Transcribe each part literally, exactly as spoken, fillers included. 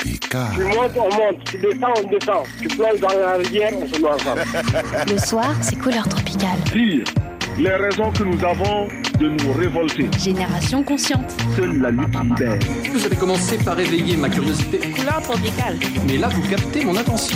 Tropical. Tu montes, on monte. Tu descends, on descend. Tu plonges dans la rivière, on se noie ensemble. Le soir, c'est couleur tropicale. Dire les raisons que nous avons de nous révolter. Génération consciente. Seule la lutte libère. Vous avez commencé par éveiller ma curiosité. Couleur tropicale. Mais là, vous captez mon attention.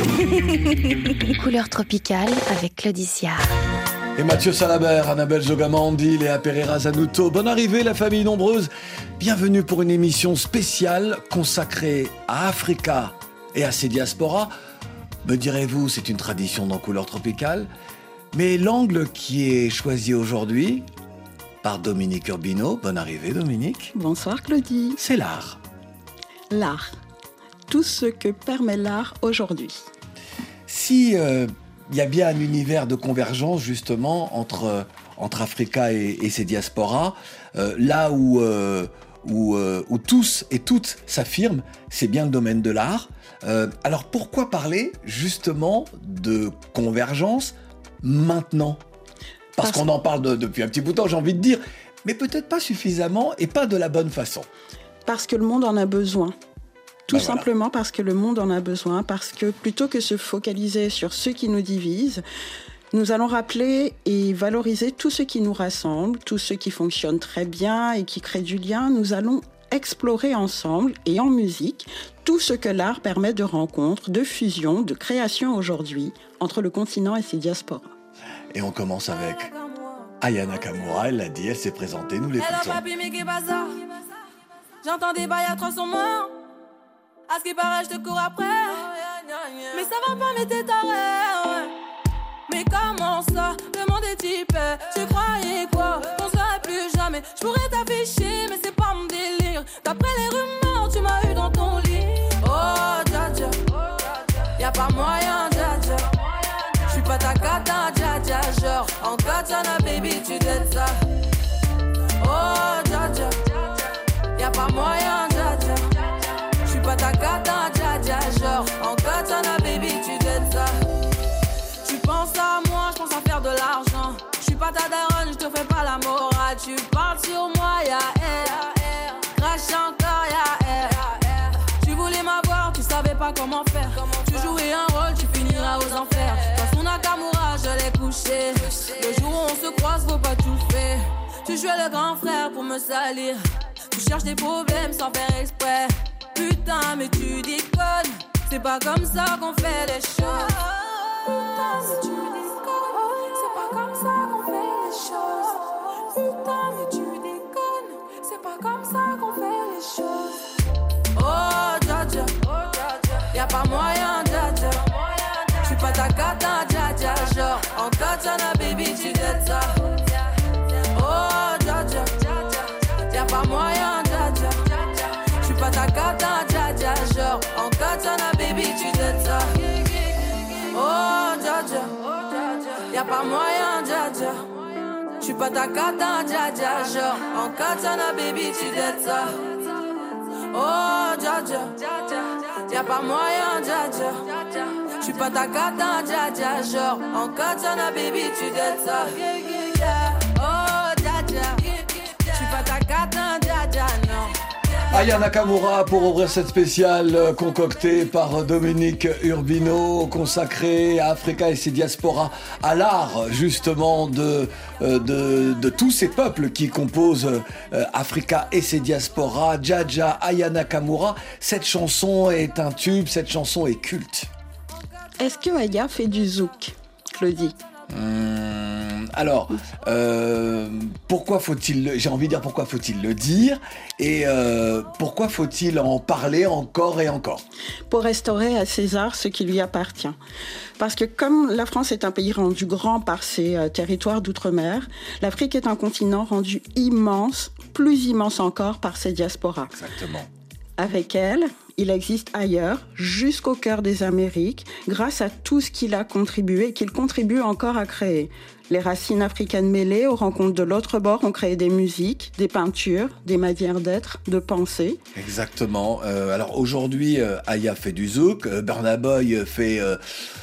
Couleur tropicale avec Claudicia. Et Mathieu Salabert, Annabelle Zogamandi, Léa Pereira Zanuto. Bonne arrivée, la famille nombreuse. Bienvenue pour une émission spéciale consacrée à Africa et à ses diasporas. Me direz-vous, c'est une tradition dans Couleur tropicale. Mais l'angle qui est choisi aujourd'hui par Dominique Urbino, bonne arrivée Dominique. Bonsoir Claudie. C'est l'art. L'art. Tout ce que permet l'art aujourd'hui. Si euh, il y a bien un univers de convergence justement entre, entre Africa et, et ses diasporas, euh, là où, euh, où, euh, où tous et toutes s'affirment, c'est bien le domaine de l'art. Euh, alors pourquoi parler justement de convergence maintenant ? Parce, Parce qu'on en parle de, depuis un petit bout de temps, j'ai envie de dire, mais peut-être pas suffisamment et pas de la bonne façon. Parce que le monde en a besoin. Tout ben simplement voilà. Parce que le monde en a besoin, parce que plutôt que se focaliser sur ce qui nous divise, nous allons rappeler et valoriser tout ce qui nous rassemble, tout ce qui fonctionne très bien et qui crée du lien. Nous allons explorer ensemble et en musique tout ce que l'art permet de rencontres, de fusion, de création aujourd'hui entre le continent et ses diasporas. Et on commence avec Aya Nakamura, elle l'a dit, elle s'est présentée, nous l'écoutons. Hello papi, mais qu'est bazar? J'entends des bails à trois cents morts. À ce qui paraît, je te cours après. Mais ça va pas, mais t'es taré. Mais comment ça? Le monde est typé. Tu croyais quoi? On serait plus jamais. Je pourrais t'afficher, mais c'est pas mon délire. D'après les rumeurs, tu m'as eu dans ton lit. Oh, dja dja. Y'a pas moyen, dja dja. J'suis pas ta cata, dja dja. Genre, en katana, baby, tu dettes ça. Oh, dja dja. Y'a pas moyen, dja dja. J'suis pas ta cata, dja dja. Genre, en katana, baby, tu dettes ça. Tu penses à moi, j'pense à faire de l'argent. J'suis pas ta daronne, j'te fais pas la morale. Tu parles sur moi, y'a air. Crache encore, y'a air. Tu voulais m'avoir, tu savais pas comment faire. Tu jouais un rôle, tu finiras aux enfers. Dans son Nakamura, je l'ai couché. Le jour où on se croise, faut pas tout faire. Tu jouais le grand frère pour me salir. Tu cherches des problèmes sans faire exprès. Putain, mais tu déconnes. C'est pas comme ça qu'on fait les choses. Putain, mais tu déconnes. C'est pas comme ça qu'on fait les choses. Putain, mais tu déconnes. C'est pas comme ça qu'on fait les choses. Oh, dja dja. Y'a pas moyen, dja dja. J'suis pas ta cata, dja dja. Genre, en katana, baby, tu dettes ça. Oh, dja dja. Y'a pas moyen, dja dja. J'suis pas ta cata, dja dja. Genre, en katana, baby, tu dettes ça. Oh, dja dja. Y'a pas moyen, dja dja. J'suis pas ta cata, dja dja. Genre, en katana, baby, tu dettes ça. Oh, dja dja. Y'a pas moyen, dja dja. J'suis pas ta cata, dja dja. Genre, en katana, baby, tu dettes ça. Oh, dja dja. J'suis pas ta cata, dja dja, non. Aya Nakamura pour ouvrir cette spéciale concoctée par Dominique Urbino, consacrée à Africa et ses diasporas, à l'art justement de, de, de tous ces peuples qui composent Africa et ses diasporas. Dja dja, Aya Nakamura, cette chanson est un tube, cette chanson est culte. Est-ce que Aya fait du zouk, Claudie ? Hum, alors, euh, pourquoi faut-il, j'ai envie de dire pourquoi faut-il le dire et euh, pourquoi faut-il en parler encore et encore ? Pour restaurer à César ce qui lui appartient. Parce que comme la France est un pays rendu grand par ses euh, territoires d'outre-mer, l'Afrique est un continent rendu immense, plus immense encore par ses diasporas. Exactement. Avec elle, il existe ailleurs, jusqu'au cœur des Amériques, grâce à tout ce qu'il a contribué et qu'il contribue encore à créer. Les racines africaines mêlées aux rencontres de l'autre bord ont créé des musiques, des peintures, des manières d'être, de penser. Exactement. Euh, alors aujourd'hui, euh, Aya fait du zouk, euh, Burna Boy fait euh,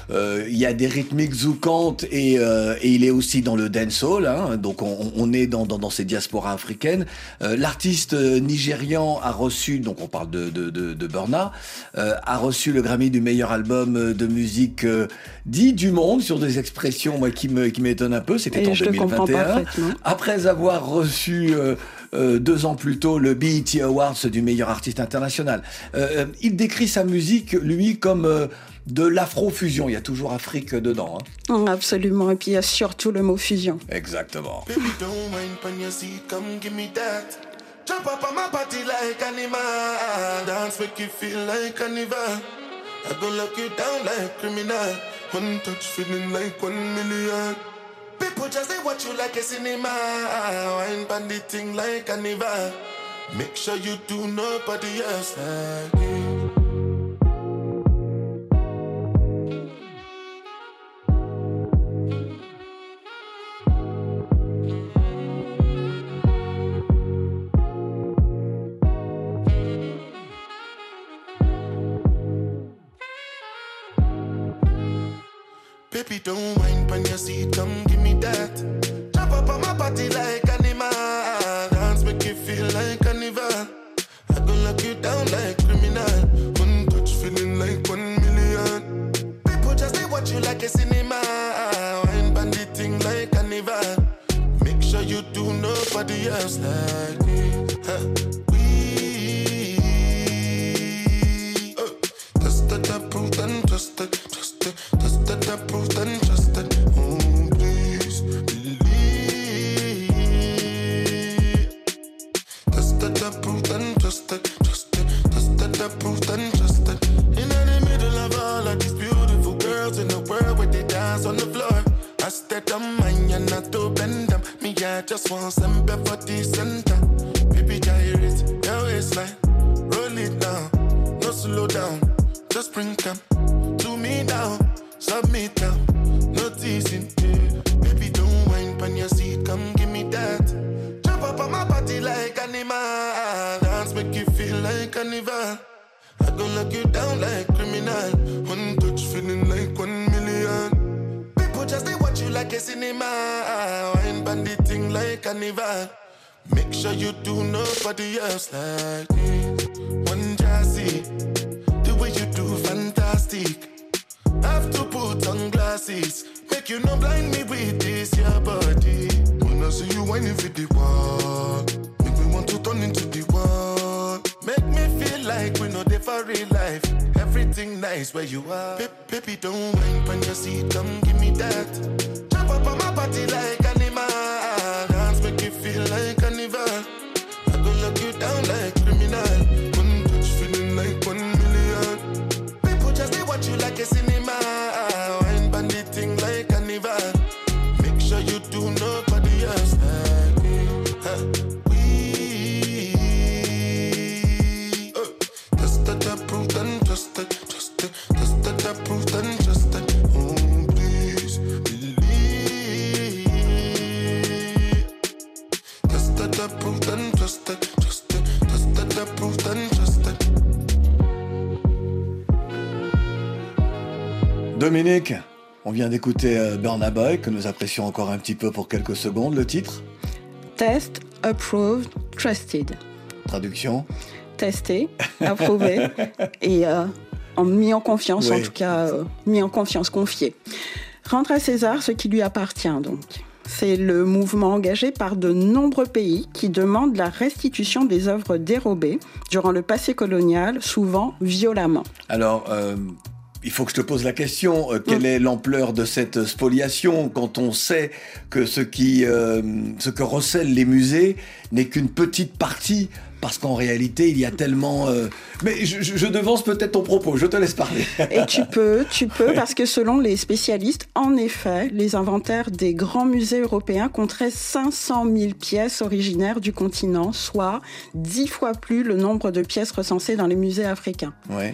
euh, il y a des rythmiques zoukantes et, euh, et il est aussi dans le dancehall, hein, donc on, on est dans, dans, dans ces diasporas africaines. Euh, l'artiste nigérian a reçu, donc on parle de, de, de, de Burna, euh, a reçu le Grammy du meilleur album de musique euh, dit du monde, sur des expressions moi, qui, me, qui m'étonnent un peu, c'était et en deux mille vingt et un. Après avoir reçu... Euh, Euh, deux ans plus tôt, le B E T Awards du meilleur artiste international. Euh, il décrit sa musique, lui, comme euh, de l'afro-fusion. Il y a toujours Afrique dedans. Hein. Absolument. Et puis, il y a surtout le mot fusion. Exactement. Baby, don't whine on your seat, come give me that. Jump up on my body like animal. Dance make you feel like carnival. I go lock you down like criminal. One touch feeling like one million. People just they watch you like a cinema. Wine pan the thing like carnival. Make sure you do nobody else like you. Baby, don't whine on your seat, come give me that. Jump up on my body like animal. Dance make you feel like carnival. I go lock you down like criminal. One touch feeling like one million. People just they watch you like a cinema. Wine on the thing like carnival. Make sure you do nobody else like me. Huh. We uh, tested, approved and trusted, trusted. Tested, approved and trusted. Oh, please believe. Tested, approved and trusted, trusted. Tested, approved and trusted. In the middle of all of these beautiful girls in the world where they dance on the floor. I stayed on mine and not to bend them. Me, I just want some for the center. Baby, gyrate your waistline. Roll it down, no slow down. Just bring them to me now. Submit now, no teasing, yeah. Baby, don't whine on your seat, come give me that. Jump up on my body like animal. Dance make you feel like carnival. I go lock you down like criminal. One touch feeling like one million. People just they watch you like a cinema. Wine bandit thing like carnival. Make sure you do nobody else like me. One jazzy, the way you do fantastic. Have to put on glasses. Make you not blind me with this, your body. When I see you whining for the wall, make me want to turn into the wall. Make me feel like we know they for real life. Everything nice where you are. Ba- baby, don't whine on your seat, come give me that. Jump up on my body like animal. Dance make you feel like carnival. I go lock you down like criminal. One touch feeling like one million. People just they watch you like a cinema. Wine bandit thing like carnival. Make sure you do nobody else like me. Huh. We uh, tested, approved and trusted, trusted. Tested, approved and trusted. Oh, please believe. Tested, approved and trusted, trusted. Tested, approved and trusted. Dominique, on vient d'écouter euh, Burna Boy, que nous apprécions encore un petit peu pour quelques secondes. Le titre ? Test, approved, trusted. Traduction ? Testé, approuvé et euh, en, mis en confiance, oui. en tout cas, euh, mis en confiance, confié. Rendre à César ce qui lui appartient, donc. C'est le mouvement engagé par de nombreux pays qui demandent la restitution des œuvres dérobées durant le passé colonial, souvent violemment. Alors, euh, il faut que je te pose la question, euh, quelle mmh. est l'ampleur de cette spoliation quand on sait que ce, qui, euh, ce que recèlent les musées n'est qu'une petite partie, parce qu'en réalité, il y a tellement... Euh... Mais je, je devance peut-être ton propos, je te laisse parler. Et tu peux, tu peux, parce que selon les spécialistes, en effet, les inventaires des grands musées européens compteraient cinq cent mille pièces originaires du continent, soit dix fois plus le nombre de pièces recensées dans les musées africains. Ouais.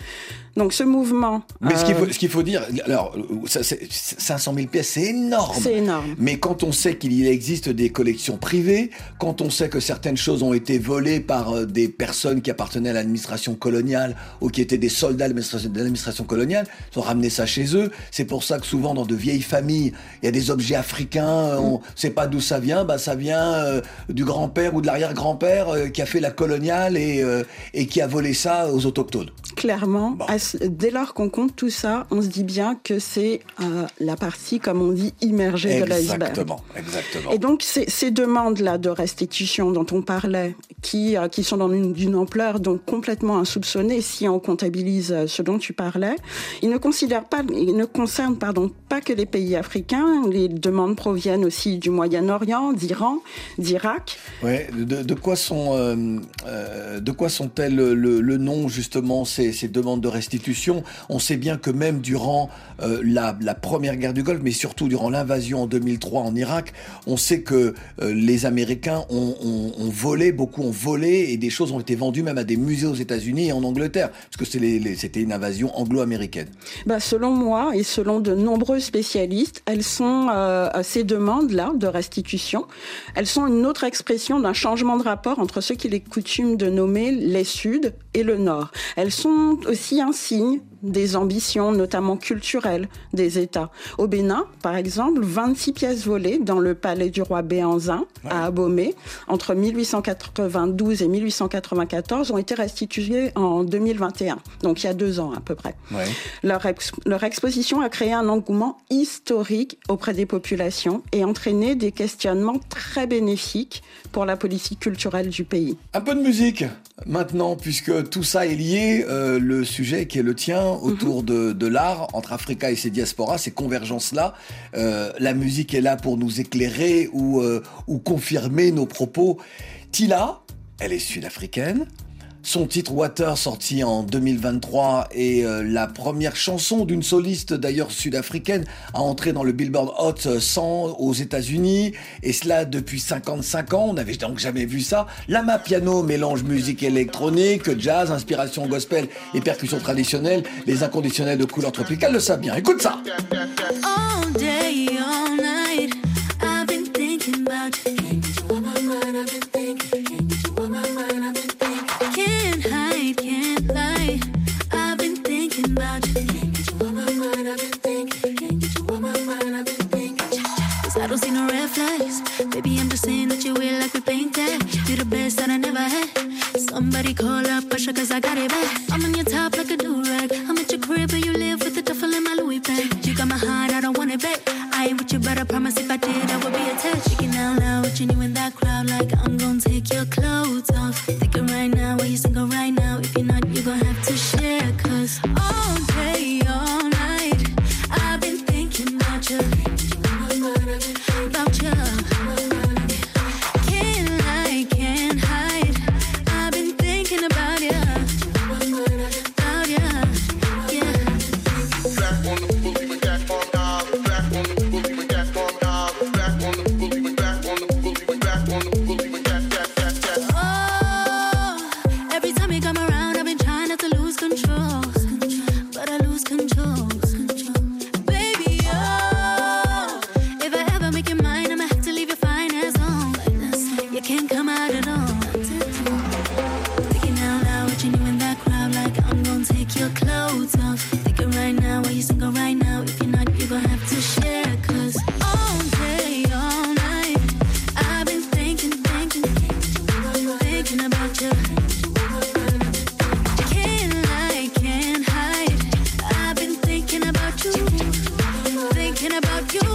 Donc ce mouvement... Mais ce qu'il faut, euh, ce qu'il faut dire, alors, ça, c'est, cinq cent mille pièces, c'est énorme. C'est énorme. Mais quand on sait qu'il existe des collections privées, quand on sait que certaines choses ont été volées par euh, des personnes qui appartenaient à l'administration coloniale ou qui étaient des soldats de l'administration, de l'administration coloniale, ils ont ramené ça chez eux. C'est pour ça que souvent dans de vieilles familles, il y a des objets africains, euh, on ne sait pas d'où ça vient, bah, ça vient euh, du grand-père ou de l'arrière-grand-père euh, qui a fait la coloniale et, euh, et qui a volé ça aux autochtones. Clairement, Bon. à ce- dès lors qu'on compte tout ça, on se dit bien que c'est euh, la partie, comme on dit, immergée de l'iceberg. Exactement, exactement. Et donc ces, ces demandes-là de restitution dont on parlait, qui, euh, qui sont dans une, d'une ampleur donc complètement insoupçonnée si on comptabilise euh, ce dont tu parlais, ils ne considèrent pas, ils ne concernent pardon pas que les pays africains. Les demandes proviennent aussi du Moyen-Orient, d'Iran, d'Irak. Ouais, de, de quoi sont, euh, euh, de quoi sont-elles le, le, le nom justement ces, ces demandes de restitution? On sait bien que même durant euh, la, la première guerre du Golfe, mais surtout durant l'invasion en deux mille trois en Irak, on sait que euh, les Américains ont, ont, ont volé, beaucoup ont volé, et des choses ont été vendues même à des musées aux États-Unis et en Angleterre, parce que c'est les, les, c'était une invasion anglo-américaine. Bah, selon moi et selon de nombreux spécialistes, elles sont euh, ces demandes-là de restitution, elles sont une autre expression d'un changement de rapport entre ce qu'il est coutume de nommer les Suds et le Nord. Elles sont aussi un signe des ambitions, notamment culturelles, des États. Au Bénin, par exemple, vingt-six pièces volées dans le palais du roi Béhanzin, ouais. à Abomey, entre mille huit cent quatre-vingt-douze et mille huit cent quatre-vingt-quatorze, ont été restituées en deux mille vingt et un, donc il y a deux ans à peu près. Ouais. Leur, ex- leur exposition a créé un engouement historique auprès des populations et entraîné des questionnements très bénéfiques pour la politique culturelle du pays. Un peu de musique maintenant, puisque tout ça est lié, euh, le sujet qui est le tien, autour de, de l'art, entre Africa et ses diasporas, ces convergences-là. Euh, la musique est là pour nous éclairer ou, euh, ou confirmer nos propos. Tila, elle est sud-africaine. Son titre Water, sorti en deux mille vingt-trois, est euh, la première chanson d'une soliste d'ailleurs sud-africaine à entrer dans le Billboard Hot cent aux États-Unis, et cela depuis cinquante-cinq ans. On n'avait donc jamais vu ça. Lama Piano mélange musique électronique, jazz, inspiration gospel et percussions traditionnelles. Les inconditionnels de couleur tropicale le savent bien. Écoute ça. All day, all night, I've been thinking about you. Can't get you on my mind, I've been thinking. Can't get you on my mind, I've been thinking. Can't hide, can't lie, I've been thinking about you. Can't get you on my mind, I've been thinking. Can't get you on my mind, I've been thinking. Cause I don't see no red flags. Baby, I'm just saying that you're weird like we painted. You're the best that I never had. Somebody call up pressure cause I got it back. I'm on your top like a do-rag. I'm at your crib and you live with the duffel in my Louis bag. You got my heart, I don't want it back. I ain't with you but I promise if I did I would be attached. Shaking out loud, watching you in that crowd like I'm gonna take your clothes off. Thinking right now, where you single right now. If you're not, you're gonna have to share. Cause all day, all night, I've been thinking about you. About you. Can't lie, can't hide. I've been thinking about you. About you, yeah. Back on the boogie with that on now. Back on the boogie with that on now. Back on the boogie with back on the boogie with back on the boogie with that that that that. Oh, every time you come around, I've been trying not to lose control, but I lose control. Baby, oh, if I ever make you mine, I'ma have to leave your fine ass home. You can't come out at all. Thinking out loud, watching you in that crowd like I'm gonna take your clothes off. Thinking right now, where you single right now. If you're not, you're gonna have to share. Cause all day, all night, I've been thinking, thinking, thinking about you. Can't lie, can't hide. I've been thinking about you, thinking about you.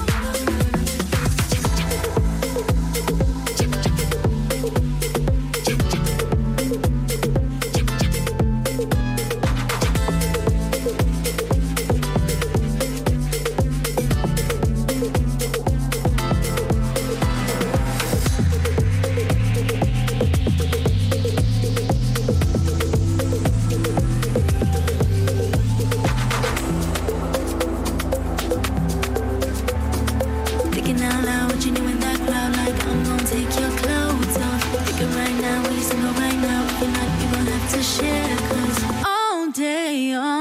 Thinking out loud, watching you in that crowd like I'm gonna take your clothes off. Thinking right now, where you single right now. If you're not, you're gonna have to share. Cause all day, all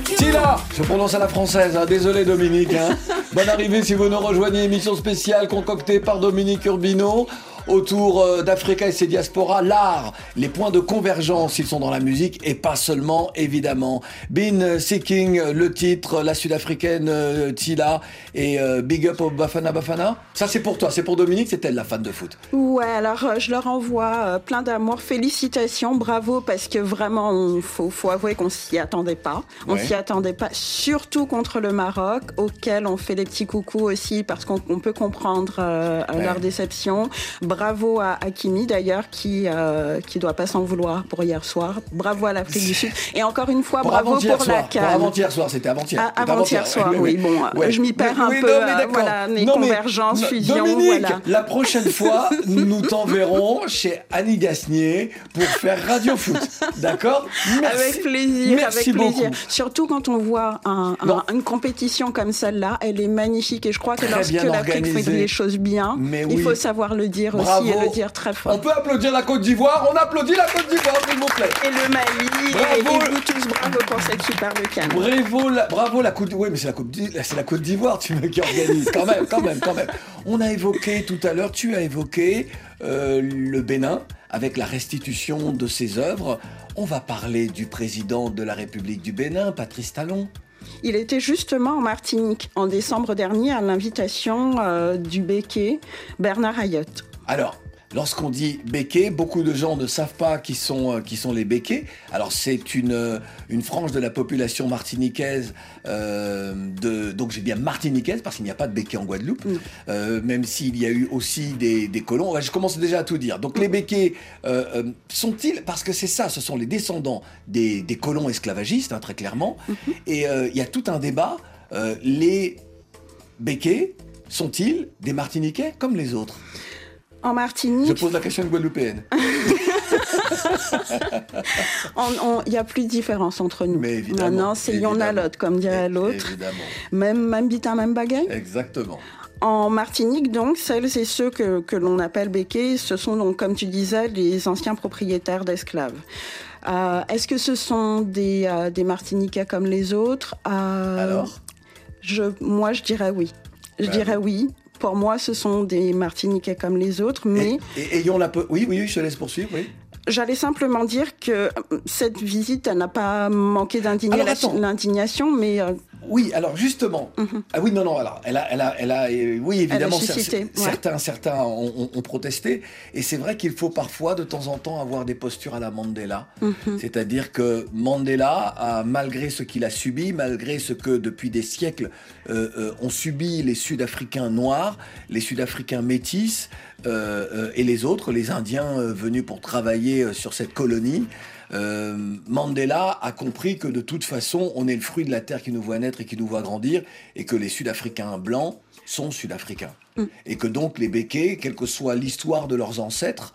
Tila, je prononce à la française, hein. Désolé Dominique. Hein. Bonne arrivée si vous nous rejoignez, émission spéciale concoctée par Dominique Urbino. Autour euh, d'Africa et ses diasporas, l'art, les points de convergence, ils sont dans la musique et pas seulement, évidemment. Been Seeking, le titre, la sud-africaine euh, Tila et euh, Big Up au Bafana Bafana. Ça c'est pour toi, c'est pour Dominique, c'est elle la fan de foot. Ouais, alors euh, je leur envoie euh, plein d'amour, félicitations, bravo, parce que vraiment, il faut, faut avouer qu'on s'y attendait pas. On Ouais. s'y attendait pas, surtout contre le Maroc, auquel on fait des petits coucous aussi, parce qu'on on peut comprendre euh, Ouais. leur déception. Bravo à Hakimi d'ailleurs, qui euh, qui doit pas s'en vouloir pour hier soir. Bravo à l'Afrique du Sud. Et encore une fois, Pour bravo avant-hier pour la soir, pour CAN. avant-hier soir, c'était avant-hier. Ah, C'était avant-hier soir, ouais, oui. ouais. Bon, Ouais. je m'y perds Mais- un oui, peu. non, mais euh, d'accord. voilà, les Non, mais- convergences, non, fusions, Dominique, voilà. la prochaine fois, nous t'enverrons chez Annie Gasnier pour faire Radio Foot. D'accord ? Merci. Avec plaisir, Merci avec plaisir. beaucoup. Surtout quand on voit un, Non. un- une compétition comme celle-là, elle est magnifique. Et je crois que Très lorsque bien l'Afrique fait organisée. les choses bien, Mais il oui. faut savoir le dire Bravo. aussi et le dire très On fort. peut applaudir la Côte d'Ivoire. On applaudit la Côte d'Ivoire, s'il vous plaît. Et le Mali, Bravo. et, et vous tous, bravo pour cette superbe canne. Bravo la, bravo la Côte d'Ivoire. Oui, mais c'est la Côte d'Ivoire, c'est la Côte d'Ivoire tu veux, qui organise. Quand même, quand même, quand même. On a évoqué tout à l'heure, tu as évoqué euh, le Bénin avec la restitution de ses œuvres. On va parler du président de la République du Bénin, Patrice Talon. Il était justement en Martinique en décembre dernier à l'invitation euh, du béquet Bernard Ayotte. Alors, lorsqu'on dit béquet, beaucoup de gens ne savent pas qui sont, euh, qui sont les béquets. Alors, c'est une, euh, une frange de la population martiniquaise, euh, de, donc j'ai bien martiniquaise, parce qu'il n'y a pas de béquets en Guadeloupe, Mm. euh, même s'il y a eu aussi des, des colons. Ouais, je commence déjà à tout dire. Donc, les béquets euh, euh, sont-ils, parce que c'est ça, ce sont les descendants des, des colons esclavagistes, hein, très clairement, Mm-hmm. et euh, il y a tout un débat. Euh, les béquets sont-ils des Martiniquais comme les autres ? En Je Martinique, pose la question de guadeloupéenne. on- on- il n'y a plus de différence entre nous. Mais évidemment. Maintenant, c'est il y en a évidemment. l'autre, comme dirait É- l'autre. Évidemment. Même, même bitin, même bagaille. Exactement. En Martinique, donc, celles et ceux que, que l'on appelle béquets, ce sont donc, comme tu disais, les anciens propriétaires d'esclaves. Euh, est-ce que ce sont des, euh, des Martiniquais comme les autres Euh, Alors je, Moi, je dirais oui. Je Bah dirais oui. Pour moi, ce sont des Martiniquais comme les autres, mais et, et ayons la... po- Oui, oui, oui, je te laisse poursuivre, oui. j'allais simplement dire que cette visite, elle n'a pas manqué d'indigner Alors, la- attends. l'indignation, mais euh, Oui, alors justement... Mhm. Ah oui, non, non, alors, elle a... Elle a, elle a euh, oui, évidemment, cer- suscité, ouais. certains, certains ont, ont- ont protesté. Et c'est vrai qu'il faut parfois, de temps en temps, avoir des postures à la Mandela. mhm. C'est-à-dire que Mandela, a, malgré ce qu'il a subi, malgré ce que depuis des siècles euh, euh, ont subi les Sud-Africains noirs, les Sud-Africains métis euh, euh, et les autres, les Indiens euh, venus pour travailler euh, sur cette colonie, euh, Mandela a compris que de toute façon, on est le fruit de la terre qui nous voit naître et qui nous voit grandir, et que les Sud-Africains blancs sont Sud-Africains. Mm. Et que donc les béquets, quelle que soit l'histoire de leurs ancêtres,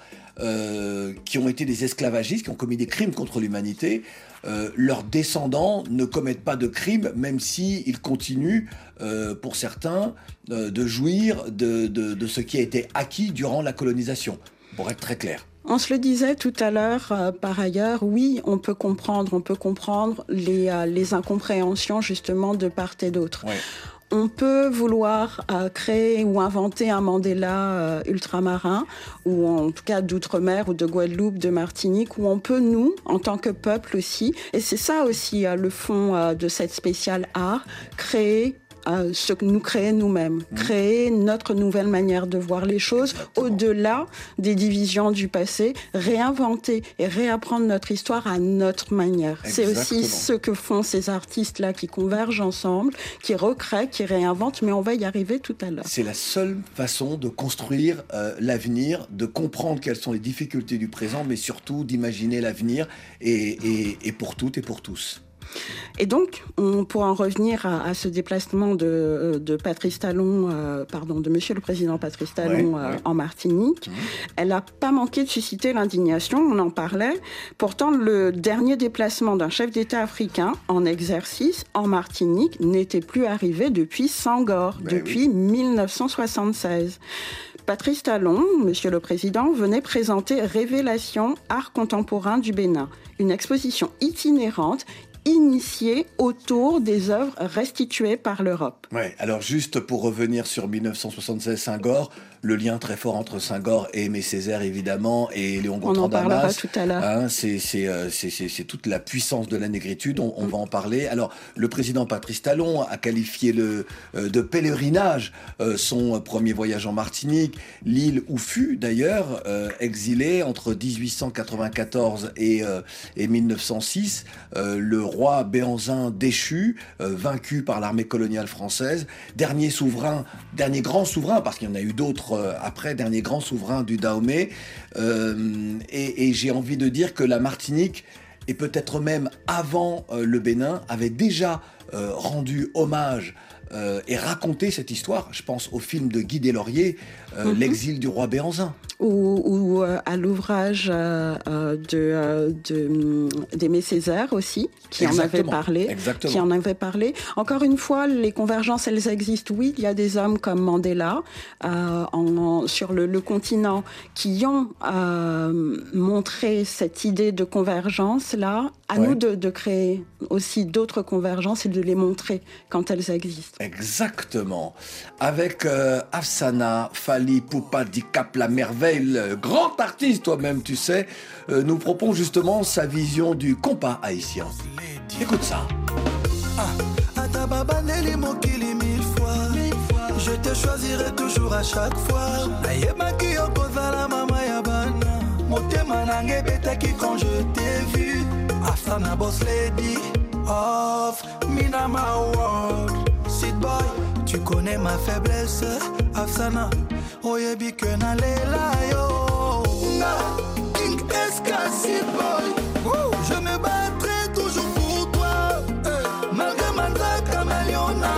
euh, qui ont été des esclavagistes, qui ont commis des crimes contre l'humanité, euh, leurs descendants ne commettent pas de crimes, même si ils continuent, euh, pour certains, euh, de jouir de, de, de ce qui a été acquis durant la colonisation, pour être très clair. On se le disait tout à l'heure, euh, par ailleurs, oui, on peut comprendre, on peut comprendre les, euh, les incompréhensions justement de part et d'autre. Ouais. On peut vouloir euh, créer ou inventer un Mandela euh, ultramarin, ou en tout cas d'outre-mer, ou de Guadeloupe, de Martinique, où on peut, nous, en tant que peuple aussi, et c'est ça aussi euh, le fond euh, de cette spéciale art, créer euh, ce que nous créer nous-mêmes, mmh. créer notre nouvelle manière de voir les choses, exactement. Au-delà des divisions du passé, réinventer et réapprendre notre histoire à notre manière. Exactement. C'est aussi ce que font ces artistes-là qui convergent ensemble, qui recréent, qui réinventent, mais on va y arriver tout à l'heure. C'est la seule façon de construire euh, l'avenir, de comprendre quelles sont les difficultés du présent, mais surtout d'imaginer l'avenir et, et, et pour toutes et pour tous. Et donc, on, pour en revenir à, à ce déplacement de, de Patrice Talon, euh, pardon, de Monsieur le Président Patrice Talon ouais, euh, ouais. en Martinique, mmh. elle n'a pas manqué de susciter l'indignation, on en parlait. Pourtant, le dernier déplacement d'un chef d'État africain en exercice en Martinique n'était plus arrivé depuis Senghor, ben depuis oui. mille neuf cent soixante-seize. Patrice Talon, Monsieur le Président, venait présenter Révélation, art contemporain du Bénin, une exposition itinérante initié autour des œuvres restituées par l'Europe. Ouais, alors juste pour revenir sur dix-neuf cent soixante-seize Senghor, le lien très fort entre Senghor et Aimé Césaire évidemment et Léon Gontran Damas. On en parlera tout à l'heure. Hein, c'est, c'est, euh, c'est, c'est, c'est toute la puissance de la négritude, on, on mm. va en parler. Alors le président Patrice Talon a qualifié le, euh, de pèlerinage euh, son premier voyage en Martinique, l'île où fut d'ailleurs euh, exilé entre dix-huit cent quatre-vingt-quatorze et, euh, et mille neuf cent six euh, le roi Béhanzin déchu, euh, vaincu par l'armée coloniale française, dernier souverain, dernier grand souverain, parce qu'il y en a eu d'autres euh, après, dernier grand souverain du Dahomey. Euh, et, et j'ai envie de dire que la Martinique, et peut-être même avant euh, le Bénin, avait déjà euh, rendu hommage euh, et raconté cette histoire. Je pense au film de Guy Deslauriers, euh, mm-hmm. L'exil du roi Béhanzin. Ou, ou euh, à l'ouvrage euh, de, euh, de, d'Aimé Césaire aussi, qui en avait parlé. Exactement. Qui en avait parlé. Encore une fois, les convergences, elles existent. Oui, il y a des hommes comme Mandela euh, en, en, sur le, le continent qui ont euh, montré cette idée de convergence-là. À ouais. nous de, de créer aussi d'autres convergences et de les montrer quand elles existent. Exactement. Avec euh, Afsana, Fally Ipupa, Dicap, la merveille, le grand artiste toi-même, tu sais, euh, nous propose justement sa vision du compas haïtien. Écoute ça. Ah, je te choisirai toujours à chaque fois. Quand je t'ai vu, Afsana boss lady of Minama World. Sit boy, tu connais ma faiblesse, Afsana. Oyebi que na lela yo. Na King S K, sit boy. Je me battrai toujours pour toi, eh. Malgré Manza Kameliona.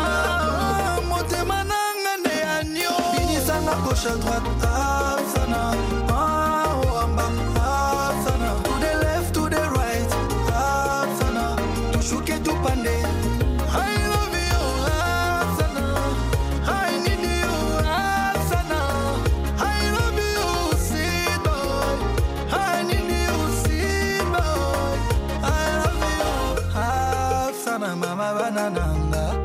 Motema nanga ne anyo. Binisanga gauche à droite, Afsana. Ah, oh, amba, Afsana. To the left, to the right, Afsana. To shuke to pande. I love you, Afsana. I need you, Afsana. I love you, sweet boy. I need you, sweet boy. I love you, Afsana. Mama banananga,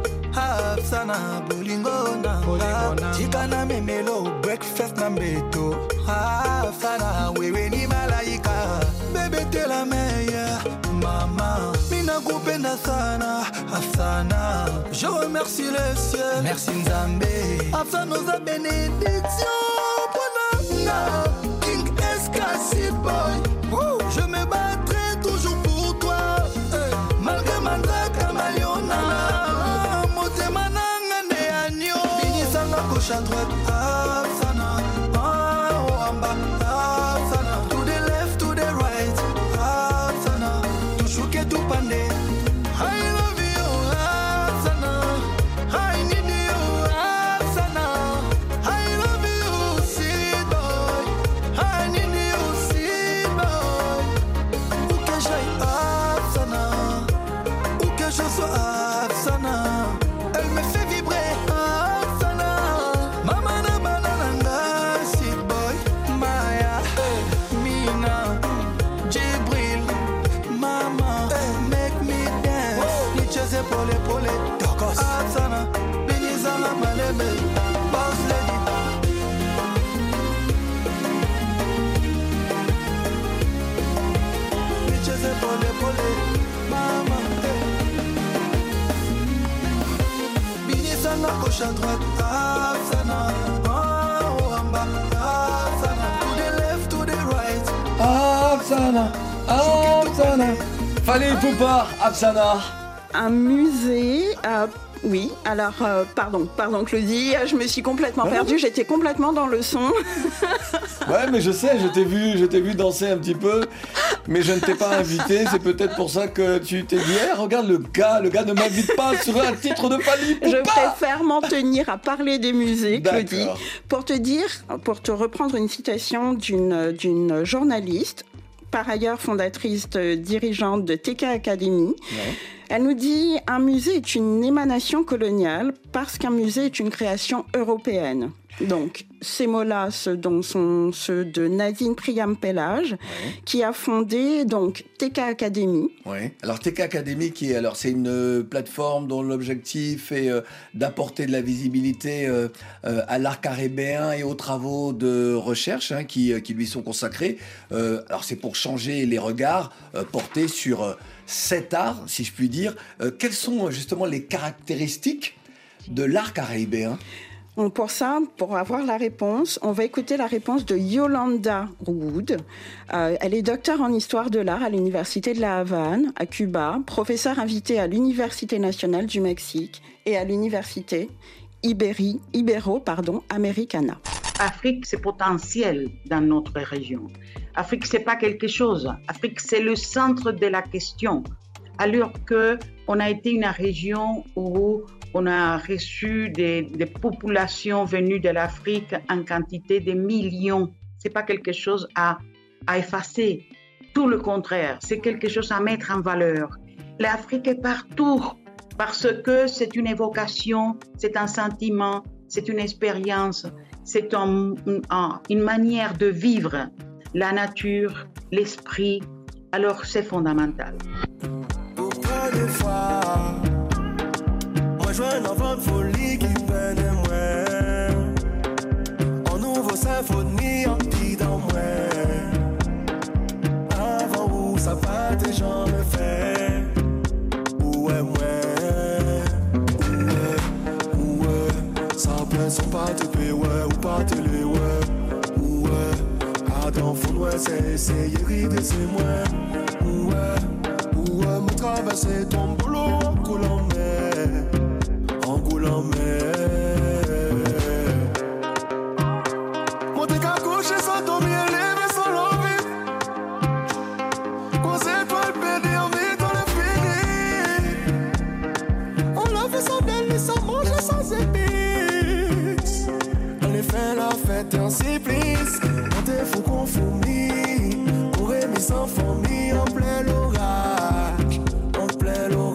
Afsana bolingo nanga. Chikana memelo breakfast na mbeto. Afsana wewe ni malaika. Bébé t'es la meilleure, maman. Mina kupenda sana, Afsana. Je remercie le ciel, merci Nzambe. Afsana nous a bénédiction. Bonanga, King S K, sit boy. Woo. Je me battrai toujours pour toi, eh. Malgré Manza Kameliona. Motema nanga ne anyo. Binisanga gauche à droite, Afsana. Ah, oh, amba, Afsana. To the left, to the right, Afsana. To shuke to pande. I love you, Afsana. I need you, Afsana. I love you, sweet boy. I need you, sweet boy. Où que j'aille, Afsana. Où que je sois, Afsana. Elle me fait vibrer, Afsana. Mama na banananga, sweet boy. Maya, eh, Mina, Jibril, Mama, eh, make me dance. Nicheze pole pole, Dokos, Afsana. Binizana malebe, boss lady. Nicheze pole pole, Mama, eh. Binizana gauche à droite, Afsana. Ah, oh, amba, Afsana. To the left, to the right. Afsana, Afsana. Fally Ipupa, Afsana. Un musée à... Oui, alors, euh, pardon, pardon Claudie, je me suis complètement Ouais. perdue, j'étais complètement dans le son. Ouais, mais je sais, je t'ai vu, je t'ai vu danser un petit peu, mais je ne t'ai pas invité. C'est peut-être pour ça que tu t'es dit, hey, regarde le gars, le gars ne m'invite pas sur un titre de Fally Ipupa. Je préfère m'en tenir à parler des musées, Claudie, D'accord. pour te dire, pour te reprendre une citation d'une, d'une journaliste, par ailleurs fondatrice, euh, dirigeante de T K Academy. Ouais. Elle nous dit « Un musée est une émanation coloniale parce qu'un musée est une création européenne ». Donc, ces mots-là ce dont sont ceux de Nadine Priam-Pellage, ouais. qui a fondé donc T K Academy. Oui. Alors T K Academy, qui est alors c'est une euh, plateforme dont l'objectif est euh, d'apporter de la visibilité euh, euh, à l'art caribéen et aux travaux de recherche hein, qui euh, qui lui sont consacrés. Euh, alors c'est pour changer les regards euh, portés sur euh, cet art, si je puis dire. Euh, quelles sont justement les caractéristiques de l'art caribéen? Pour ça, pour avoir la réponse, on va écouter la réponse de Yolanda Wood. Euh, elle est docteure en histoire de l'art à l'Université de La Havane, à Cuba, professeure invitée à l'Université nationale du Mexique et à l'Université Ibéri, Ibero, pardon, Americana. Afrique, c'est potentiel dans notre région. Afrique, c'est pas quelque chose. Afrique, c'est le centre de la question. Alors qu'on a été une région où on a reçu des, des populations venues de l'Afrique en quantité de millions. C'est pas quelque chose à, à effacer. Tout le contraire, c'est quelque chose à mettre en valeur. L'Afrique est partout parce que c'est une évocation, c'est un sentiment, c'est une expérience, c'est un, un, une manière de vivre la nature, l'esprit. Alors c'est fondamental. Pourquoi des fois moi je veux un enfant de folie qui peine moi en nouveau symphonie en petit dans moi avant où ça va tes gens me fait ouais ouais ouais ouais ça plein son pas te payer ouais ou pas te les ouais ouais Adam faut ouais c'est essayer de c'est moi ouais ouais me traverser ton boulot en coulant mais Angoulême. Mon t'es qu'à coucher sans dormir, lever sans l'envie. Quand c'est toi le pédé, on vit dans le fini. On l'a fait sans belle, sans manger, sans épices. On les fait la fête en supplice. On t'es fou qu'on fourmille. On remis sans fourmi en plein l'orage. En plein l'orage.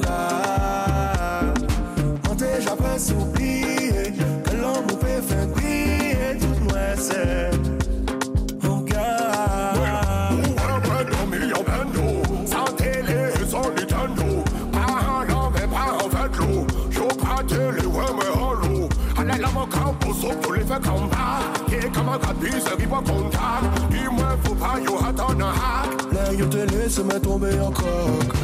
J'apprends s'oublier que l'homme peut faire briller toute moi c'est mon gars. Ouais, ouais, dormir en bando, sans télé et sans Nintendo. Pas un homme et pas en fait l'eau. Je pas télé, ouais, mais en l'eau. Allez, là, mon camp, pour sauver tous les faits combat. Qui est comme un caprice, qui va contact. Dis-moi, faut pas y attendre un hack. Là, y'a télé, se met tomber en coque.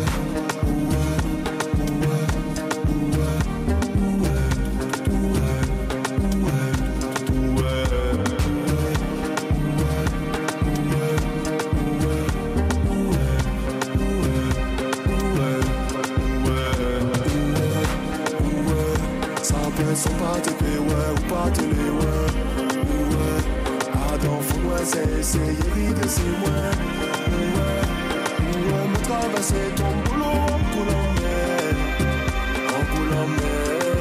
Sont pas te payer, ouais, ou pas te les, ouais, ouais. Adam, faut, ouais, c'est essayer de c'est moi, ouais, ouais, me traverser ton boulot en coulant, mais, en coulant, mais.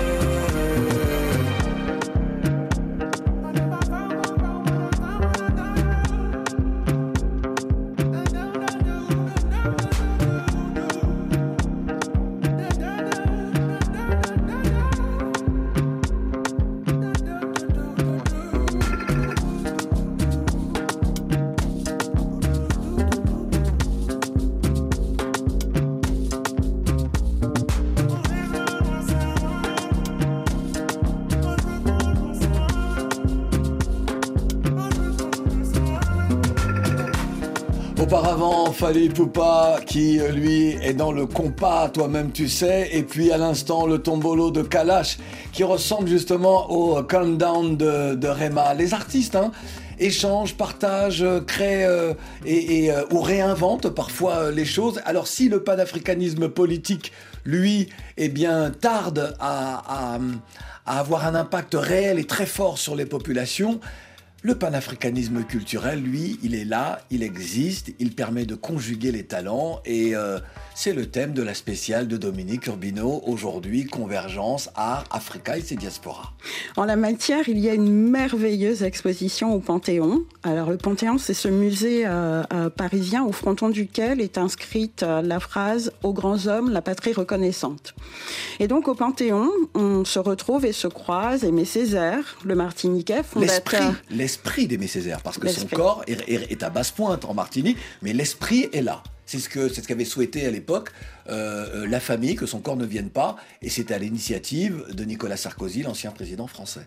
Auparavant, Fally Ipupa qui, lui, est dans le compas, toi-même tu sais, et puis à l'instant, le tombolo de Kalash qui ressemble justement au countdown de, de Rema. Les artistes, hein, échangent, partagent, créent euh, et, et, euh, ou réinventent parfois euh, les choses. Alors si le panafricanisme politique, lui, eh bien, tarde à, à, à avoir un impact réel et très fort sur les populations, Le panafricanisme culturel, lui, il est là, il existe, il permet de conjuguer les talents et euh, c'est le thème de la spéciale de Dominique Urbino, aujourd'hui, Convergence, Art, Africa et ses diasporas. En la matière, il y a une merveilleuse exposition au Panthéon. Alors le Panthéon, c'est ce musée euh, euh, parisien au fronton duquel est inscrite euh, la phrase « Aux grands hommes, la patrie reconnaissante ». Et donc au Panthéon, on se retrouve et se croise Aimé Césaire, le Martiniquais, fondateur... L'esprit, l'esprit d'Aimé Césaire, parce que l'esprit. son corps est, est, est à basse pointe en Martinique, mais l'esprit est là. C'est ce que c'est ce qu'avait souhaité à l'époque euh, la famille, que son corps ne vienne pas, et c'était à l'initiative de Nicolas Sarkozy, l'ancien président français.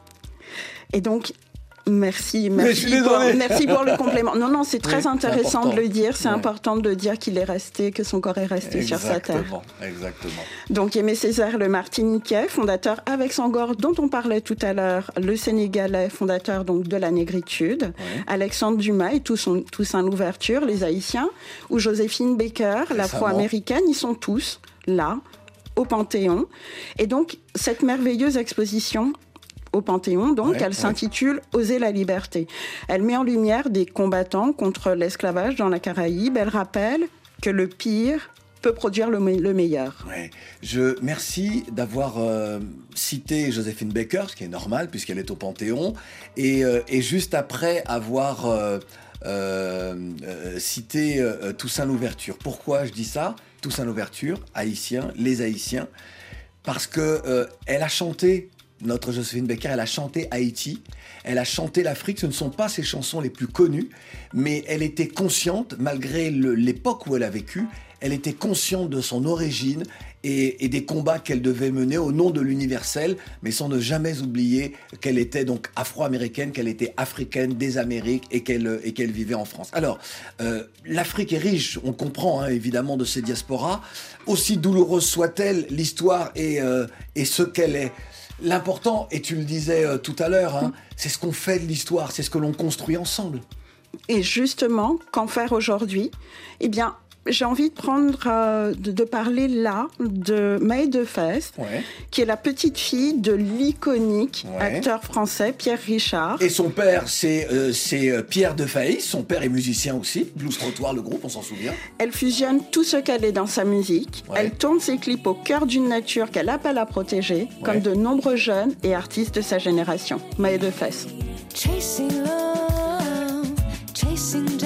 Et donc, merci, merci, pour, merci pour le complément. Non, non, c'est très oui, intéressant c'est de le dire. C'est ouais. important de dire qu'il est resté, que son corps est resté exactement, sur sa terre. Exactement. Donc, Aimé Césaire, le Martiniquais, fondateur avec Senghor, dont on parlait tout à l'heure, le Sénégalais, fondateur donc de la négritude, ouais. Alexandre Dumas et Toussaint, Toussaint Louverture, les Haïtiens, ou Joséphine Baker, l'Afro-américaine, ils sont tous là, au Panthéon. Et donc, cette merveilleuse exposition au Panthéon, donc, ouais, elle ouais. s'intitule « Oser la liberté ». Elle met en lumière des combattants contre l'esclavage dans la Caraïbe. Elle rappelle que le pire peut produire le, me- le meilleur. Ouais. Je, merci d'avoir euh, cité Joséphine Baker, ce qui est normal puisqu'elle est au Panthéon, et, euh, et juste après avoir euh, euh, euh, cité euh, Toussaint Louverture. Pourquoi je dis ça ? Toussaint Louverture, haïtien, les Haïtiens, parce que euh, elle a chanté. Notre Joséphine Baker, elle a chanté Haïti, elle a chanté l'Afrique. Ce ne sont pas ses chansons les plus connues, mais elle était consciente, malgré le, l'époque où elle a vécu, elle était consciente de son origine et, et des combats qu'elle devait mener au nom de l'universel, mais sans ne jamais oublier qu'elle était donc afro-américaine, qu'elle était africaine des Amériques et qu'elle, et qu'elle vivait en France. Alors, euh, l'Afrique est riche, on comprend hein, évidemment de ses diasporas. Aussi douloureuse soit-elle, l'histoire est, euh, est ce qu'elle est. L'important, et tu le disais euh, tout à l'heure, hein, c'est ce qu'on fait de l'histoire, c'est ce que l'on construit ensemble. Et justement, qu'en faire aujourd'hui ? Eh bien, j'ai envie de prendre, euh, de, de parler là de Maë Fès, ouais. qui est la petite fille de l'iconique ouais. acteur français Pierre Richard. Et son père, c'est, euh, c'est Pierre Defaïs, son père est musicien aussi, Blues Trottoir, le groupe, on s'en souvient. Elle fusionne tout ce qu'elle est dans sa musique, ouais. elle tourne ses clips au cœur d'une nature qu'elle appelle à protéger, ouais. comme de nombreux jeunes et artistes de sa génération. Maë Fès. Chasing love, chasing joy.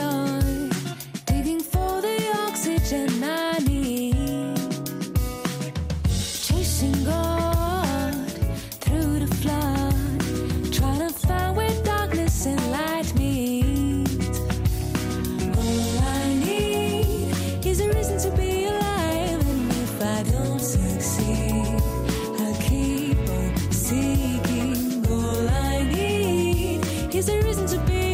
I need chasing God through the flood, trying to find where darkness and light meet. All I need is a reason to be alive, and if I don't succeed, I'll keep on seeking. All I need is a reason to be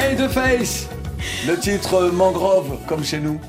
Hey The Face, le titre Mangrove comme chez nous.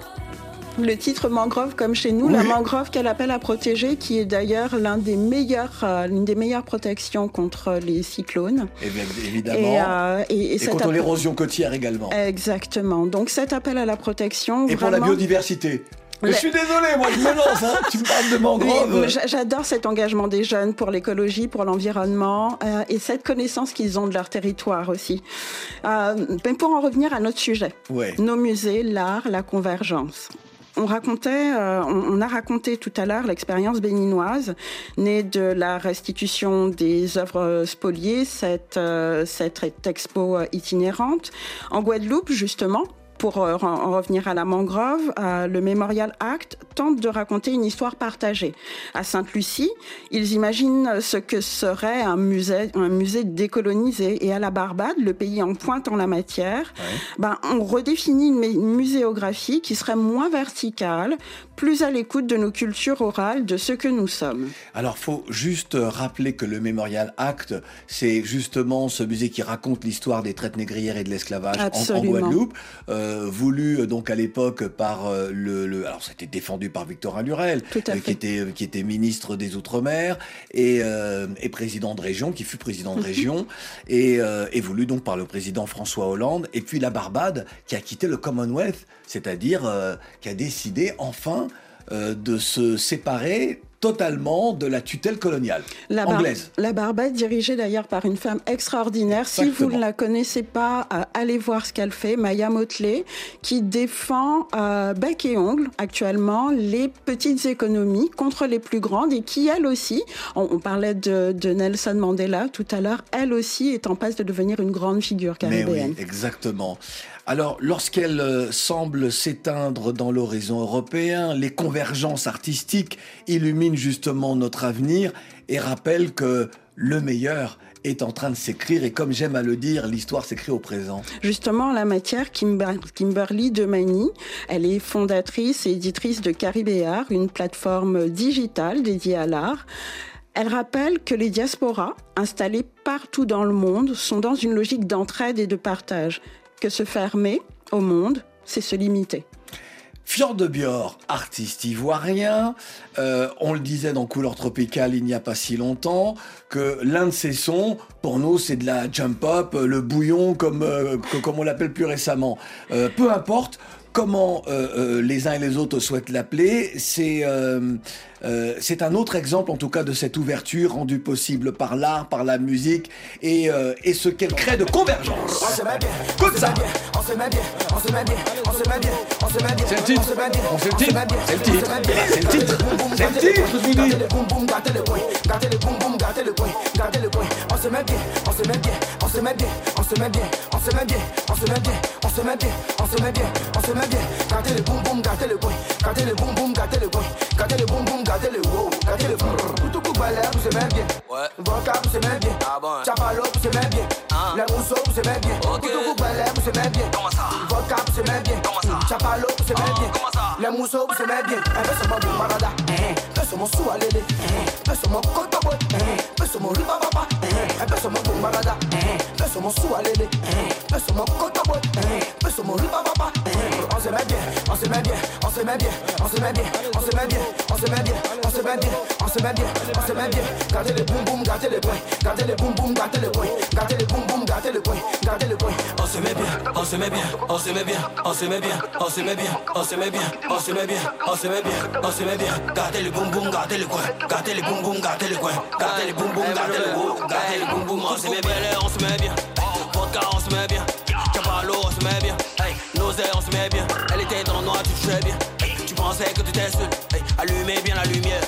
Le titre Mangrove comme chez nous, Oui. la mangrove qu'elle appelle à protéger, qui est d'ailleurs l'un des meilleurs, euh, l'une des meilleures protections contre les cyclones. Eh bien, évidemment. Et, euh, et, et Et cet contre appel- l'érosion côtière également. Exactement. Donc cet appel à la protection. Et pour la vraiment- biodiversité. Mais Le- Je suis désolé, moi je me lance, hein. Tu me parles de mangrove. Oui, j'a- j'adore cet engagement des jeunes pour l'écologie, pour l'environnement euh, et cette connaissance qu'ils ont de leur territoire aussi. Euh, mais pour en revenir à notre sujet, Ouais. nos musées, l'art, la convergence. On racontait, euh, on, on a raconté tout à l'heure l'expérience béninoise, née de la restitution des œuvres spoliées, cette, euh, cette expo itinérante. En Guadeloupe, justement, pour euh, en revenir à la mangrove, euh, le Memorial Act tente de raconter une histoire partagée. À Sainte-Lucie, ils imaginent ce que serait un musée, un musée décolonisé. Et à la Barbade, le pays en pointe en la matière, Ouais. ben, on redéfinit une, mé- une muséographie qui serait moins verticale, plus à l'écoute de nos cultures orales, de ce que nous sommes. Alors, faut juste rappeler que le Memorial Act, c'est justement ce musée qui raconte l'histoire des traites négrières et de l'esclavage en, en Absolument. Guadeloupe, euh, voulu euh, donc à l'époque par euh, le, le, alors c'était défendu par Victorin Lurel, Tout à euh, fait. qui était qui était ministre des Outre-mer et, euh, et président de région, qui fut président de région et, euh, et voulu donc par le président François Hollande. Et puis la Barbade, qui a quitté le Commonwealth, c'est-à-dire euh, qui a décidé enfin euh, de se séparer totalement de la tutelle coloniale La, Bar- anglaise. la Barbade, dirigée d'ailleurs par une femme extraordinaire. Si Exactement. vous ne la connaissez pas, euh, allez voir ce qu'elle fait. Maya Motley, qui défend euh, bec et ongle actuellement les petites économies contre les plus grandes et qui, elle aussi, on, on parlait de, de Nelson Mandela tout à l'heure, elle aussi est en passe de devenir une grande figure Mais caribéenne. oui, exactement. Alors, lorsqu'elle euh, semble s'éteindre dans l'horizon européen, les convergences artistiques illuminent justement notre avenir et rappellent que le meilleur est en train de s'écrire. Et comme j'aime à le dire, l'histoire s'écrit au présent. Justement, en la matière, Kimber- Kimberly Demany, elle est fondatrice et éditrice de Caribéart, une plateforme digitale dédiée à l'art. Elle rappelle que les diasporas, installées partout dans le monde, sont dans une logique d'entraide et de partage. Que se fermer au monde, c'est se limiter. Fjord de Bior, artiste ivoirien, euh, on le disait dans Couleur Tropicale il n'y a pas si longtemps, que l'un de ses sons, pour nous, c'est de la jump-up, le bouillon comme, euh, que- comme on l'appelle plus récemment. Euh, peu importe comment euh, euh, les uns et les autres souhaitent l'appeler, c'est euh, euh, c'est un autre exemple en tout cas de cette ouverture rendue possible par l'art, par la musique et, euh, et ce qu'elle crée de convergence. Écoute ça. On se met bien, on se met bien, on se met bien, on se met bien. C'est le titre. On se met bien, On sait le on se titre. met bien, C'est le titre. on se met bien. C'est le titre. C'est le titre, je vous dis. Gardez le boum boum, gardez le coin, gardez le boum boum, gardez le coin, gardez le coin. On se met bien, on se met bien, on se met bien, on se met bien, on se met bien, on se met bien, on se met bien, on se met bien, on se met bien. Gardez le boum boum, gardez le coin, gardez le boum boum, gardez le coin, gardez le boum boum, gardez le wow, gardez le brrr. Tout coup balai, vous se met bien. Ouais. Vodka, vous se met bien. Ah bon. Chapalo, vous se met bien. La mousseau, vous se met bien. Tout coup balai, vous se met bien. Comment ça? Vodka, vous se met bien. Comment ça? Chapalo, vous se met bien. Comment ça? La mousseau, vous se met bien. Un peu sur mon boum barada. Un peu sur mon sou à l'élé. Un peu sur mon cotobo. Un peu sur mon riba papa. Un peu sur mon boum barada. Un peu sur mon sou à l'élé. Un peu sur mon cotobo. Un peu sur mon riba papa. On se met bien, on se met bien, on se met bien, on se met bien, on se met bien, on se met bien, on se met bien, on se met bien, on se met bien. Gardez le boum boum, gardez le coin, gardez le boum boum, gardez le coin, gardez le boum boum, gardez le coin, gardez le coin. On se met bien, on se met bien, on se met bien, on se met bien, on se met bien, on se met bien, on se met bien, on se met bien, on se met bien. Gardez le boum boum, gardez le coin, gardez le boum boum, gardez le coin, gardez le boum boum, gardez le haut, gardez le boum boum, on se met bien, on se met bien. Vodka, on se met bien. Cavallo, on se met bien. Nausée, on se met bien. Elle était dans le noir, tu touchais bien. Tu pensais que tu étais seul. Allumez bien la lumière.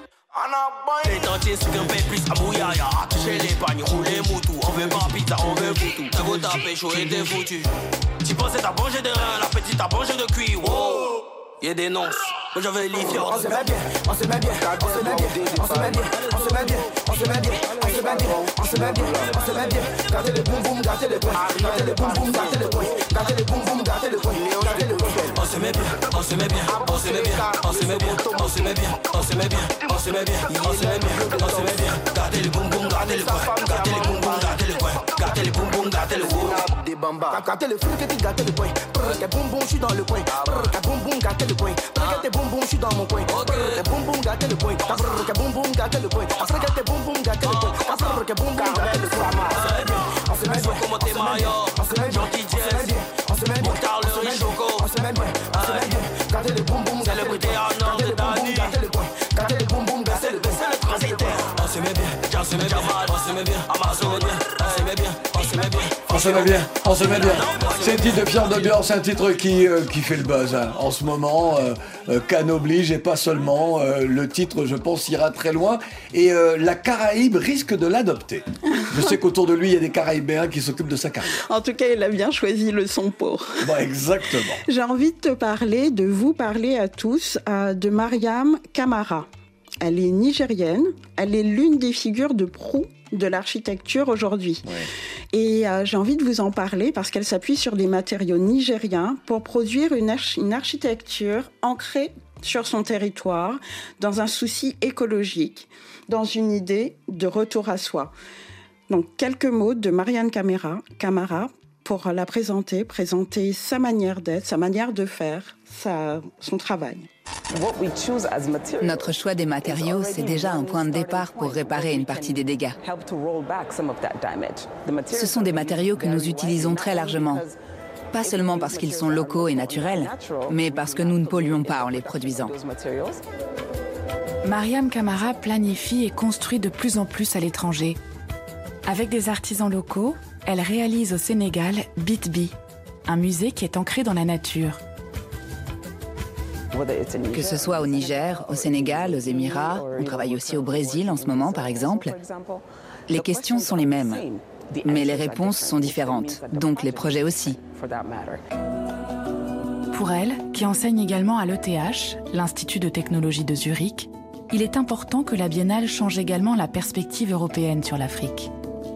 Les dentiers, c'est qu'un peu plus à bouillaya. Toucher les pagnes, rouler moutou. On veut pas pizza, on veut foutu. T'as beau taper chaud et t'es foutu. Tu pensais t'as mangé de rein, la petite t'as mangé de cuir. Wow. Y'a des nonces, moi j'avais les fiors. On se met bien, on se met bien, on se met bien, on se met bien, on se met bien, on se met bien, on se met bien, on se met bien, on se met bien. Gardez le boum boum, gardez le coin, gardez le boum boum, gardez le coin, gardez le boum boum, gardez le coin, gardez le coin. On se met bien, on se met bien, on se met bien, on se met bien, on se met bien, on se met bien, on se met bien, on se met bien, on se met bien. Gardez le boum boum, gardez le coin, gardez le boum boum, gardez le coin, gardez le boum boum, gardez le haut. bamba. Gâtez le fric et puis gâtez le coin. Brrr, que boum boum, je suis dans le coin. Brrr, que boum boum, gâtez le coin. Brrr, que boum boum, je suis dans mon coin. Brrr, que boum boum, gâtez le coin. Brrr, que boum boum, gâtez le coin. Brrr, que boum boum, gâtez le coin. Brrr, que boum boum, gâtez le coin. On se met bien, on se met bien, on se met bien, on se met bien, on se met bien, on se met bien, on se met bien. Gâtez le boum boum, gâtez le coin. Gâtez le boum boum, gâtez le coin. Gâtez le boum boum, gâtez le coin. On se met bien, on se met bien, on se met bien, on se met bien, on se met bien, on se met bien. On se met bien, on se met bien. C'est un titre de Pierre Dobian, c'est un titre qui, euh, qui fait le buzz hein. En ce moment. Euh, euh, Cannes oblige et pas seulement. Euh, le titre, je pense, ira très loin. Et euh, la Caraïbe risque de l'adopter. Je sais qu'autour de lui, il y a des Caraïbéens qui s'occupent de sa carrière. En tout cas, il a bien choisi le son pour. Bon, exactement. J'ai envie de te parler, de vous parler à tous, euh, de Mariam Kamara. Elle est nigérienne. Elle est l'une des figures de proue de l'architecture aujourd'hui. Ouais. Et euh, j'ai envie de vous en parler parce qu'elle s'appuie sur des matériaux nigériens pour produire une, arch- une architecture ancrée sur son territoire, dans un souci écologique, dans une idée de retour à soi. Donc, quelques mots de Mariam Kamara, Kamara pour la présenter, présenter sa manière d'être, sa manière de faire, sa, son travail. Notre choix des matériaux, c'est déjà un point de départ pour réparer une partie des dégâts. Ce sont des matériaux que nous utilisons très largement. Pas seulement parce qu'ils sont locaux et naturels, mais parce que nous ne polluons pas en les produisant. Mariam Kamara planifie et construit de plus en plus à l'étranger. Avec des artisans locaux, elle réalise au Sénégal Bitbi, un musée qui est ancré dans la nature. Que ce soit au Niger, au Sénégal, aux Émirats, on travaille aussi au Brésil en ce moment par exemple, les questions sont les mêmes, mais les réponses sont différentes, donc les projets aussi. Pour elle, qui enseigne également à l'E T H, l'Institut de technologie de Zurich, il est important que la Biennale change également la perspective européenne sur l'Afrique.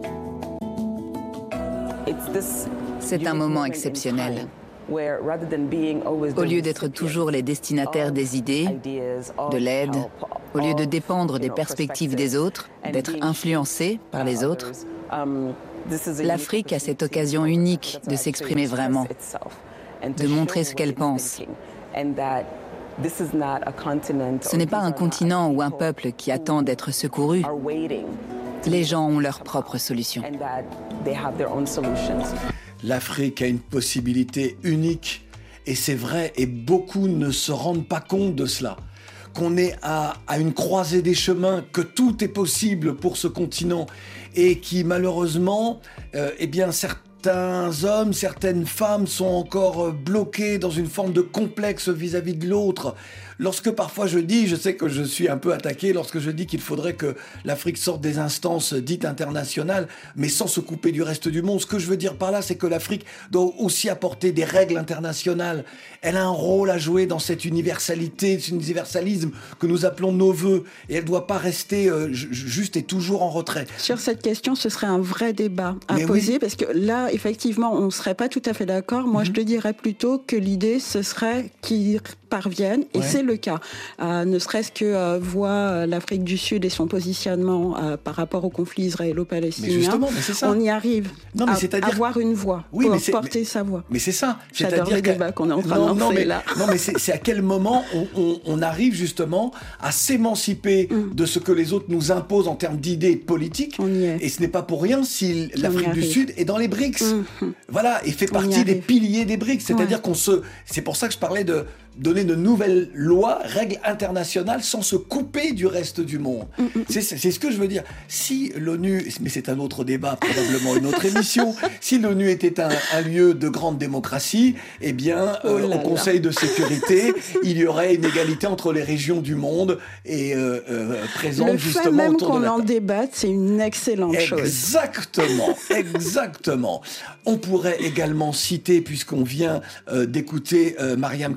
C'est un moment exceptionnel. Au lieu d'être toujours les destinataires des idées, de l'aide, au lieu de dépendre des perspectives des autres, d'être influencés par les autres, l'Afrique a cette occasion unique de s'exprimer vraiment, de montrer ce qu'elle pense. Ce n'est pas un continent ou un peuple qui attend d'être secouru. Les gens ont leurs propres solutions. L'Afrique a une possibilité unique, et c'est vrai, et beaucoup ne se rendent pas compte de cela. Qu'on est à, à une croisée des chemins, que tout est possible pour ce continent, et qui malheureusement, euh, eh bien, certains hommes, certaines femmes sont encore bloqués dans une forme de complexe vis-à-vis de l'autre. Lorsque parfois je dis, je sais que je suis un peu attaqué, lorsque je dis qu'il faudrait que l'Afrique sorte des instances dites internationales, mais sans se couper du reste du monde, ce que je veux dire par là, c'est que l'Afrique doit aussi apporter des règles internationales. Elle a un rôle à jouer dans cette universalité, cet universalisme que nous appelons nos voeux, et elle ne doit pas rester euh, juste et toujours en retrait. Sur cette question, ce serait un vrai débat à mais poser, oui. Parce que là, effectivement, on ne serait pas tout à fait d'accord. Moi, mm-hmm. je te dirais plutôt que l'idée, ce serait qu'ils parviennent, et ouais. c'est le cas. Euh, ne serait-ce que euh, voit euh, l'Afrique du Sud et son positionnement euh, par rapport au conflit israélo-palestinien. Mais justement, mais c'est ça. On y arrive non, mais à c'est-à-dire... avoir une voix, oui, pour mais c'est... porter mais... sa voix. Mais c'est ça. J'adore les que... débats qu'on est en train non, de lancer non, mais, là. Non, mais c'est, c'est à quel moment on, on, on arrive justement à s'émanciper mm. de ce que les autres nous imposent en termes d'idées politiques. On y est. Et ce n'est pas pour rien si l'Afrique du Sud est dans les BRICS. Mm-hmm. Voilà, et fait partie des piliers des BRICS. C'est-à-dire ouais. qu'on se... C'est pour ça que je parlais de donner de nouvelles lois, règles internationales sans se couper du reste du monde. Mm-hmm. C'est, c'est, c'est ce que je veux dire. Si l'ONU, mais c'est un autre débat, probablement une autre émission, si l'ONU était un, un lieu de grande démocratie, eh bien, oh euh, au Conseil de sécurité, il y aurait une égalité entre les régions du monde et euh, euh, présente justement autour de la table. Le fait même qu'on en débatte, c'est une excellente exactement, chose. Exactement, exactement. On pourrait également citer, puisqu'on vient euh, d'écouter euh, Mariam Kamara,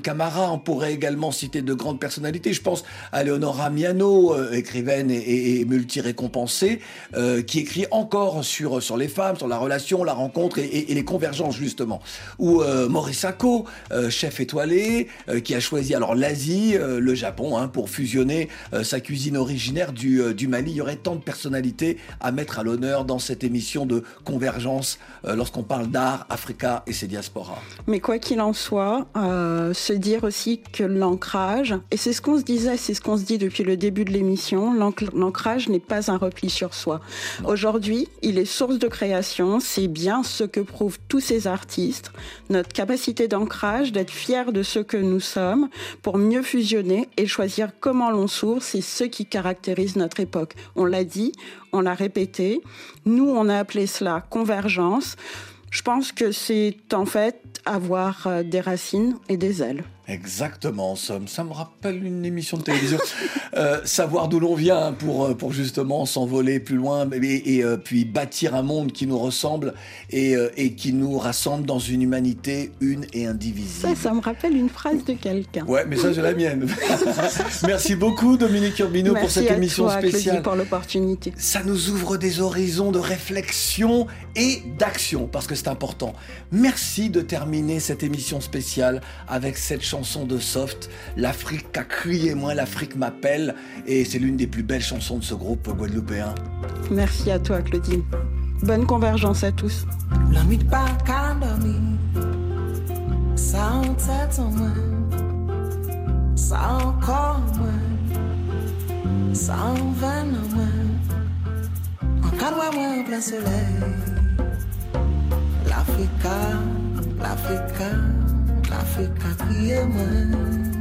diaspora, on pourrait également citer de grandes personnalités. Je pense à Leonora Miano, euh, écrivaine et, et, et multi-récompensée, euh, qui écrit encore sur, sur les femmes, sur la relation, la rencontre et, et, et les convergences, justement. Ou euh, Maurice Sacco, euh, chef étoilé, euh, qui a choisi alors l'Asie, euh, le Japon, hein, pour fusionner euh, sa cuisine originaire du, euh, du Mali. Il y aurait tant de personnalités à mettre à l'honneur dans cette émission de convergence euh, lorsqu'on parle d'art, Africa et ses diasporas. Mais quoi qu'il en soit, euh, se dire aussi que l'ancrage, et c'est ce qu'on se disait, c'est ce qu'on se dit depuis le début de l'émission, l'ancrage n'est pas un repli sur soi. Non. Aujourd'hui, il est source de création, c'est bien ce que prouvent tous ces artistes, notre capacité d'ancrage, d'être fiers de ce que nous sommes, pour mieux fusionner et choisir comment l'on s'ouvre, c'est ce qui caractérise notre époque. On l'a dit, on l'a répété, nous on a appelé cela convergence. Je pense que c'est en fait avoir des racines et des ailes. Exactement, ça, ça me rappelle une émission de télévision. euh, savoir d'où l'on vient pour, pour justement s'envoler plus loin et, et, et euh, puis bâtir un monde qui nous ressemble et, euh, et qui nous rassemble dans une humanité une et indivisible. Ça, ça me rappelle une phrase de quelqu'un. Ouais, mais ça, c'est la mienne. Merci beaucoup, Dominique Urbino, Merci pour cette à émission toi, spéciale. Claudie, pour l'opportunité. Ça nous ouvre des horizons de réflexion et d'action, parce que c'est important. Merci de terminer cette émission spéciale avec cette chanson chanson de Soft, l'Afrique a crié moins, l'Afrique m'appelle, et c'est l'une des plus belles chansons de ce groupe guadeloupéen. Merci à toi, Claudine. Bonne convergence à tous. L'ami de pas qu'à dormir, ça en tête en moi, ça encore moins, ça en veine en moi, en cadre moi en plein soleil. L'Afrique, l'Afrique, l'Afrique a crié moi.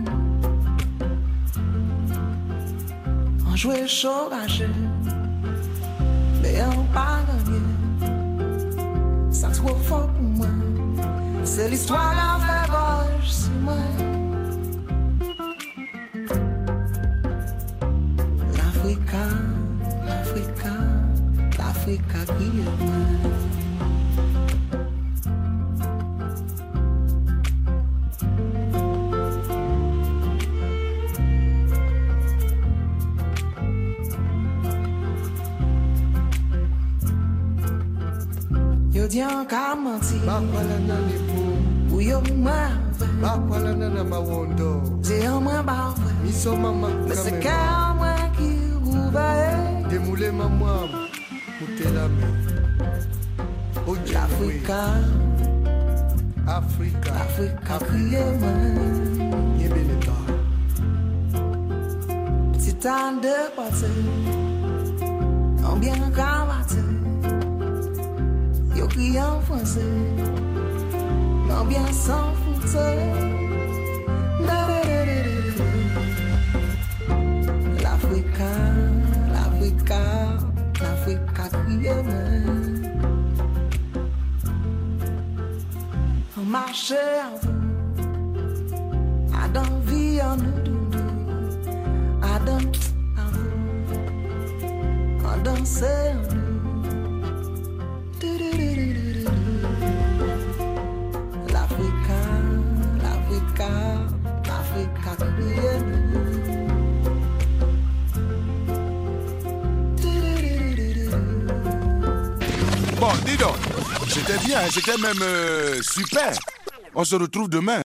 On jouait chaud rageux, mais on pas gagné. Ça trop fort pour moi. C'est l'histoire d'un vrai gorge sur moi. L'Afrique, l'Afrique, l'Afrique a crié moi. Yo di an ka manti bakwala na lepo ou yo mwen bakwala na na mawondo di an mwen ba vwe miso mama mais c'est ka mwen ki rouvae demoule maman moute la me l'Afrique Africa Africa crié mwen yebele ba petit an de parti on bien cravate. Yo crie en français, l'ambiance en fouteux. L'Afrique, l'Afrique, l'Afrique a crié. On marchait en vous, à dans vie en nous, à dans en vous, à danser en nous. L'Afrique, l'Afrique, l'Afrique a crié. Bon, dis donc, c'était bien, c'était même euh, super. On se retrouve demain.